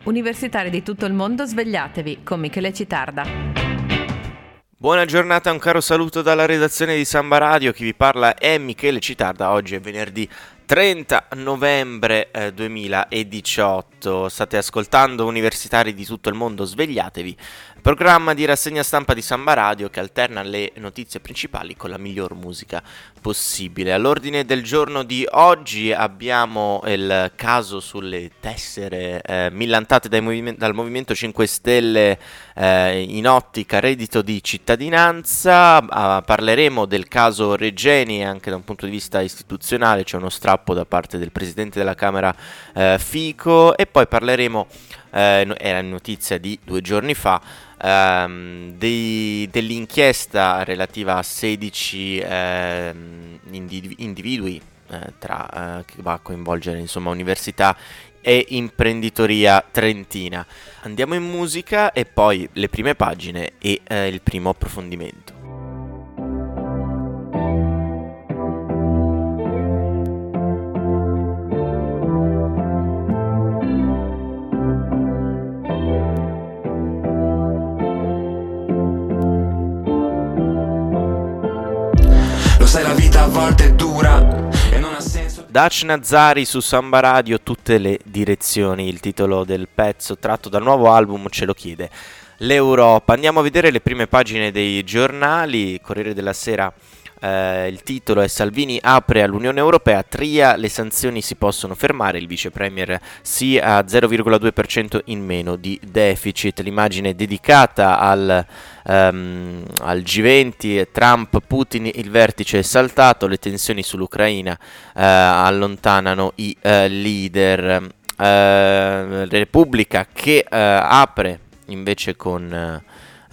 Universitari di tutto il mondo, svegliatevi con Michele Citarda. Buona giornata, un caro saluto dalla redazione di Samba Radio. Chi vi parla è Michele Citarda. Oggi è venerdì 30 novembre 2018. State ascoltando Universitari di tutto il mondo, svegliatevi, programma di rassegna stampa di Samba Radio che alterna le notizie principali con la miglior musica possibile. All'ordine del giorno di oggi abbiamo il caso sulle tessere millantate dal Movimento 5 Stelle in ottica reddito di cittadinanza. Parleremo del caso Regeni anche da un punto di vista istituzionale, c'è uno strappo da parte del presidente della Camera Fico, e poi parleremo, era notizia di 2 giorni fa, dell'inchiesta relativa a 16 individui che va a coinvolgere insomma università e imprenditoria trentina. Andiamo in musica e poi le prime pagine e il primo approfondimento. Sai, la vita a volte è dura e non ha senso. Dac Nazari su Samba Radio, tutte le direzioni, il titolo del pezzo tratto dal nuovo album ce lo chiede l'Europa. Andiamo a vedere le prime pagine dei giornali. Corriere della Sera, il titolo è: Salvini apre all'Unione Europea, Tria, le sanzioni si possono fermare, il vice premier sì a 0,2% in meno di deficit. L'immagine dedicata al G20, Trump, Putin, il vertice è saltato, le tensioni sull'Ucraina allontanano i leader. Repubblica che apre invece con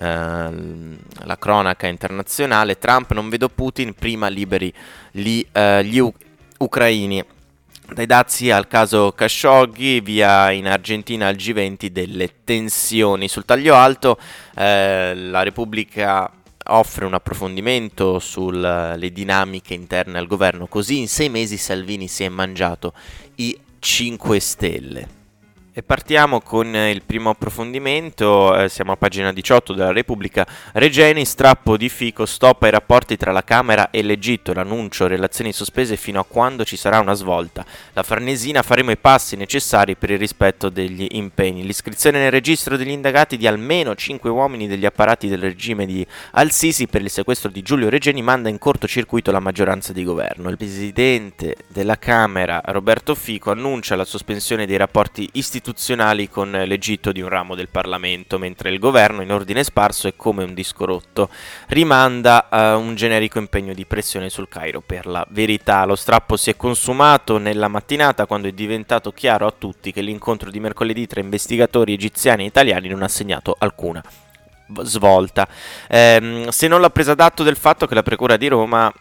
la cronaca internazionale: Trump, non vedo Putin, prima liberi gli ucraini. Dai dazi al caso Khashoggi, via in Argentina al G20 delle tensioni. Sul taglio alto la Repubblica offre un approfondimento sulle dinamiche interne al governo, così in 6 mesi Salvini si è mangiato i 5 Stelle. E partiamo con il primo approfondimento, siamo a pagina 18 della Repubblica. Regeni, strappo di Fico, stop ai rapporti tra la Camera e l'Egitto, l'annuncio, relazioni sospese fino a quando ci sarà una svolta. La Farnesina, faremo i passi necessari per il rispetto degli impegni. L'iscrizione nel registro degli indagati di almeno 5 uomini degli apparati del regime di Al-Sisi per il sequestro di Giulio Regeni manda in cortocircuito la maggioranza di governo. Il presidente della Camera, Roberto Fico, annuncia la sospensione dei rapporti istituzionali con l'Egitto di un ramo del Parlamento, mentre il governo, in ordine sparso e come un disco rotto, rimanda un generico impegno di pressione sul Cairo per la verità. Lo strappo si è consumato nella mattinata, quando è diventato chiaro a tutti che l'incontro di mercoledì tra investigatori egiziani e italiani non ha segnato alcuna svolta, se non l'ha presa d'atto del fatto che la Procura di Roma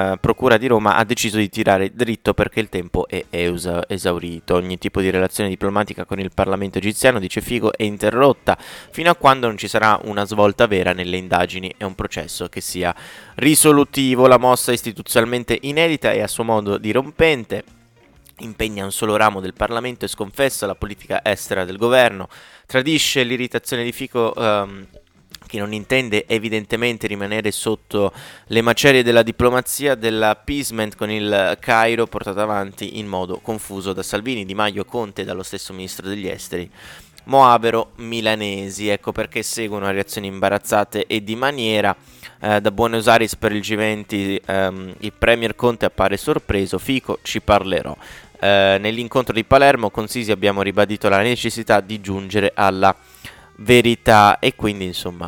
ha deciso di tirare dritto perché il tempo è esaurito. Ogni tipo di relazione diplomatica con il Parlamento egiziano, dice Fico, è interrotta fino a quando non ci sarà una svolta vera nelle indagini e un processo che sia risolutivo. La mossa è istituzionalmente inedita e a suo modo dirompente, impegna un solo ramo del Parlamento e sconfessa la politica estera del governo, tradisce l'irritazione di Fico, che non intende evidentemente rimanere sotto le macerie della diplomazia dell'appeasement con il Cairo, portato avanti in modo confuso da Salvini, Di Maio, Conte e dallo stesso ministro degli esteri Moavero Milanesi. Ecco perché seguono reazioni imbarazzate e di maniera. Da Buenos Aires per il G20 il premier Conte appare sorpreso, Fico ci parlerò. Nell'incontro di Palermo con Sisi abbiamo ribadito la necessità di giungere alla verità, e quindi insomma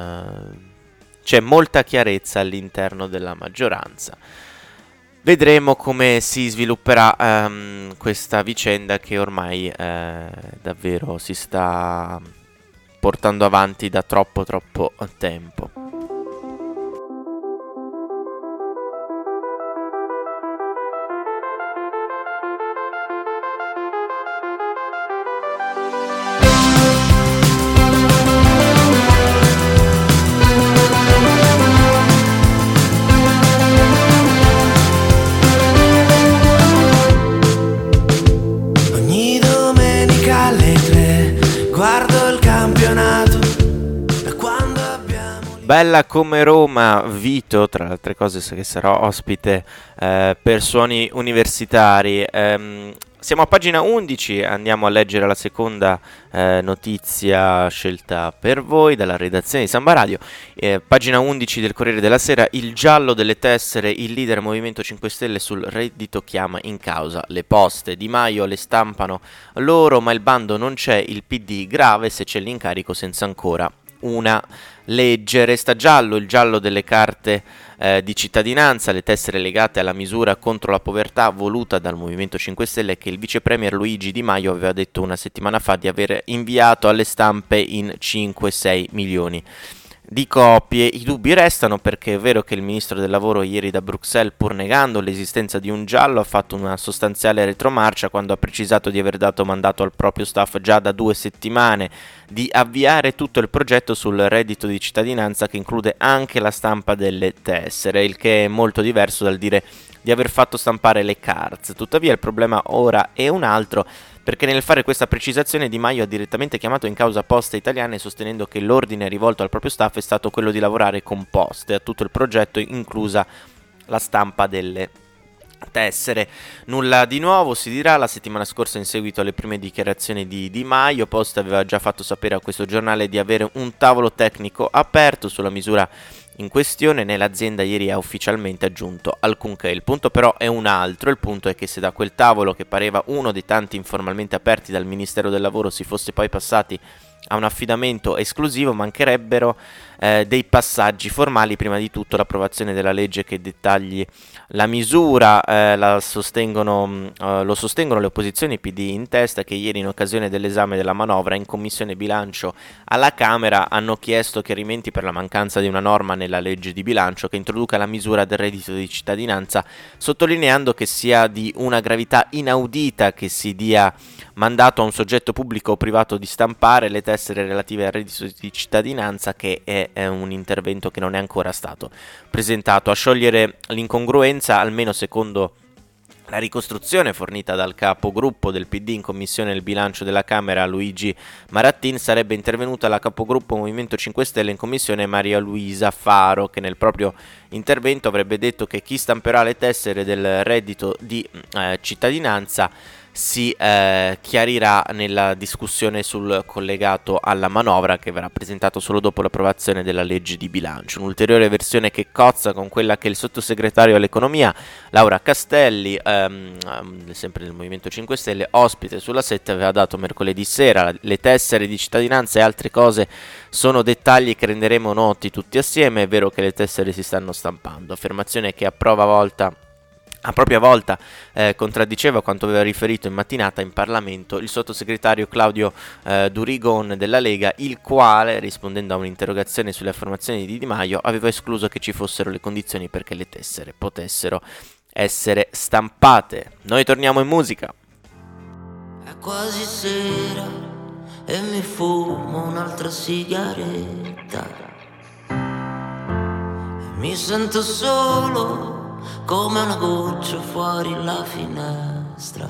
c'è molta chiarezza all'interno della maggioranza. Vedremo come si svilupperà questa vicenda che ormai davvero si sta portando avanti da troppo tempo. Ogni domenica alle 3 guardo il campionato e quando abbiamo... Bella come Roma, Vito, tra le altre cose che sarà ospite per Suoni Universitari. Siamo a pagina 11, andiamo a leggere la seconda notizia scelta per voi dalla redazione di Samba Radio. Pagina 11 del Corriere della Sera, il giallo delle tessere, il leader Movimento 5 Stelle sul reddito chiama in causa le poste. Di Maio le stampano loro, ma il bando non c'è, il PD grave se c'è l'incarico senza ancora una legge. Resta giallo il giallo delle carte di cittadinanza, le tessere legate alla misura contro la povertà voluta dal Movimento 5 Stelle, che il vice premier Luigi Di Maio aveva detto una settimana fa di aver inviato alle stampe in 5-6 milioni di copie. I dubbi restano perché è vero che il ministro del lavoro ieri da Bruxelles, pur negando l'esistenza di un giallo, ha fatto una sostanziale retromarcia quando ha precisato di aver dato mandato al proprio staff già da 2 settimane di avviare tutto il progetto sul reddito di cittadinanza, che include anche la stampa delle tessere, il che è molto diverso dal dire di aver fatto stampare le cards. Tuttavia il problema ora è un altro, perché nel fare questa precisazione Di Maio ha direttamente chiamato in causa Poste Italiane, sostenendo che l'ordine rivolto al proprio staff è stato quello di lavorare con Poste a tutto il progetto, inclusa la stampa delle tessere. Nulla di nuovo, si dirà. La settimana scorsa, in seguito alle prime dichiarazioni di Di Maio, Poste aveva già fatto sapere a questo giornale di avere un tavolo tecnico aperto sulla misura in questione, né l'azienda ieri ha ufficialmente aggiunto alcunché. Il punto però è un altro, il punto è che se da quel tavolo, che pareva uno dei tanti informalmente aperti dal Ministero del Lavoro, si fosse poi passati a un affidamento esclusivo, mancherebbero dei passaggi formali, prima di tutto l'approvazione della legge che dettagli la misura. Lo sostengono le opposizioni PD in testa, che ieri in occasione dell'esame della manovra in Commissione Bilancio alla Camera hanno chiesto chiarimenti per la mancanza di una norma nella legge di bilancio che introduca la misura del reddito di cittadinanza, sottolineando che sia di una gravità inaudita che si dia mandato a un soggetto pubblico o privato di stampare le tessere relative al reddito di cittadinanza, che è un intervento che non è ancora stato presentato. A sciogliere l'incongruenza, almeno secondo la ricostruzione fornita dal capogruppo del PD in Commissione del Bilancio della Camera, Luigi Marattin, sarebbe intervenuta la capogruppo Movimento 5 Stelle in Commissione, Maria Luisa Faro, che nel proprio intervento avrebbe detto che chi stamperà le tessere del reddito di cittadinanza si chiarirà nella discussione sul collegato alla manovra, che verrà presentato solo dopo l'approvazione della legge di bilancio. Un'ulteriore versione che cozza con quella che il sottosegretario all'economia Laura Castelli, sempre del Movimento 5 Stelle, ospite sulla 7, aveva dato mercoledì sera. Le tessere di cittadinanza e altre cose sono dettagli che renderemo noti tutti assieme. È vero che le tessere si stanno stampando, affermazione che a propria volta contraddiceva quanto aveva riferito in mattinata in Parlamento il sottosegretario Claudio Durigon della Lega, il quale, rispondendo a un'interrogazione sulle affermazioni di Di Maio, aveva escluso che ci fossero le condizioni perché le tessere potessero essere stampate. Noi torniamo in musica. È quasi sera e mi fumo un'altra sigaretta e mi sento solo come una goccia fuori la finestra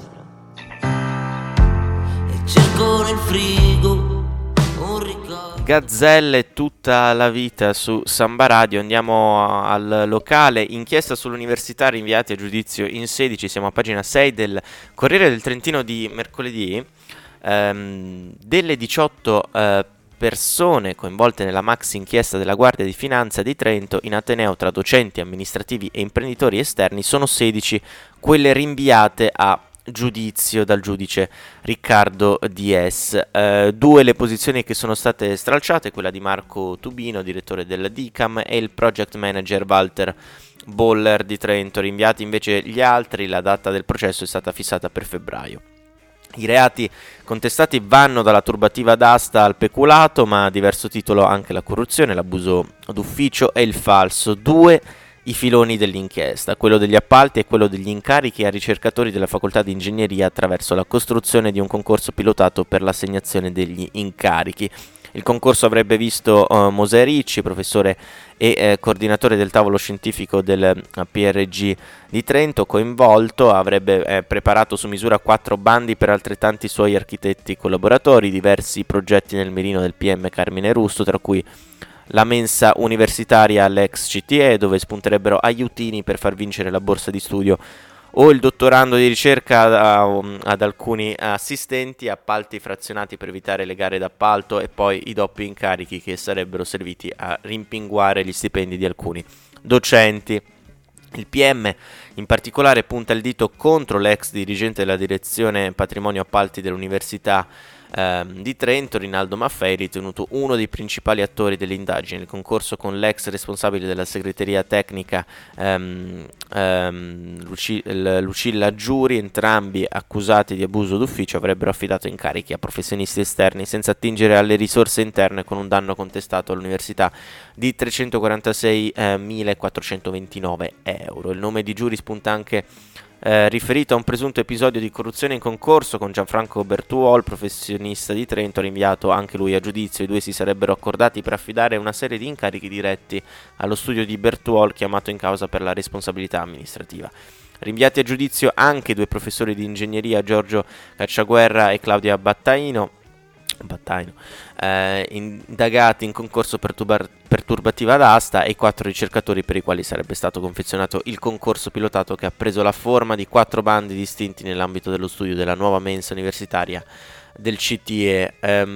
e cerco nel frigo un ricordo. Gazzelle tutta la vita su Samba Radio. Andiamo al locale. Inchiesta sull'università, rinviati a giudizio in 16. Siamo a pagina 6 del Corriere del Trentino di mercoledì. Delle 18 persone coinvolte nella maxi inchiesta della Guardia di Finanza di Trento in Ateneo tra docenti, amministrativi e imprenditori esterni, sono 16 quelle rinviate a giudizio dal giudice Riccardo Dies. 2 le posizioni che sono state stralciate, quella di Marco Tubino, direttore della DICAM, e il project manager Walter Boller di Trento. Rinviati invece gli altri, la data del processo è stata fissata per febbraio. I reati contestati vanno dalla turbativa d'asta al peculato, ma a diverso titolo anche la corruzione, l'abuso d'ufficio e il falso. 2 i filoni dell'inchiesta, quello degli appalti e quello degli incarichi a ricercatori della facoltà di ingegneria attraverso la costruzione di un concorso pilotato per l'assegnazione degli incarichi. Il concorso avrebbe visto Mosè Ricci, professore e coordinatore del tavolo scientifico del PRG di Trento, coinvolto. Avrebbe preparato su misura 4 bandi per altrettanti suoi architetti collaboratori, diversi progetti nel mirino del PM Carmine Russo, tra cui la mensa universitaria all'ex CTE, dove spunterebbero aiutini per far vincere la borsa di studio, o il dottorando di ricerca ad alcuni assistenti, appalti frazionati per evitare le gare d'appalto e poi i doppi incarichi che sarebbero serviti a rimpinguare gli stipendi di alcuni docenti. Il PM in particolare punta il dito contro l'ex dirigente della direzione patrimonio appalti dell'Università di Trento, Rinaldo Maffei, ritenuto uno dei principali attori dell'indagine. Il concorso con l'ex responsabile della segreteria tecnica Lucilla Giuri, entrambi accusati di abuso d'ufficio, avrebbero affidato incarichi a professionisti esterni senza attingere alle risorse interne, con un danno contestato all'università di 346.429 euro. Il nome di Giuri spunta anche riferito a un presunto episodio di corruzione in concorso con Gianfranco Bertuol, professionista di Trento, rinviato anche lui a giudizio. I due si sarebbero accordati per affidare una serie di incarichi diretti allo studio di Bertuol, chiamato in causa per la responsabilità amministrativa. Rinviati a giudizio anche i 2 professori di ingegneria, Giorgio Cacciaguerra e Claudia Battaino, indagati in concorso perturbativa d'asta, e i 4 ricercatori per i quali sarebbe stato confezionato il concorso pilotato, che ha preso la forma di 4 bandi distinti nell'ambito dello studio della nuova mensa universitaria del CTE.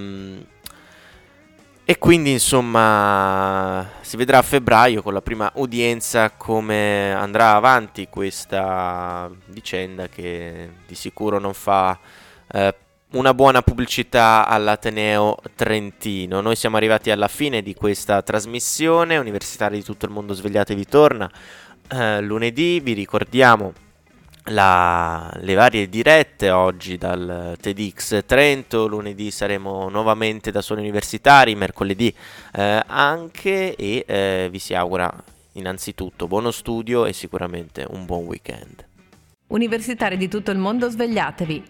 E quindi insomma si vedrà a febbraio, con la prima udienza, come andrà avanti questa vicenda, che di sicuro non fa una buona pubblicità all'Ateneo trentino. Noi siamo arrivati alla fine di questa trasmissione. Universitari di tutto il mondo, svegliatevi, torna lunedì. Vi ricordiamo le varie dirette oggi dal TEDx Trento. Lunedì saremo nuovamente da Soli Universitari, mercoledì anche, e vi si augura innanzitutto buono studio e sicuramente un buon weekend. Universitari di tutto il mondo, svegliatevi.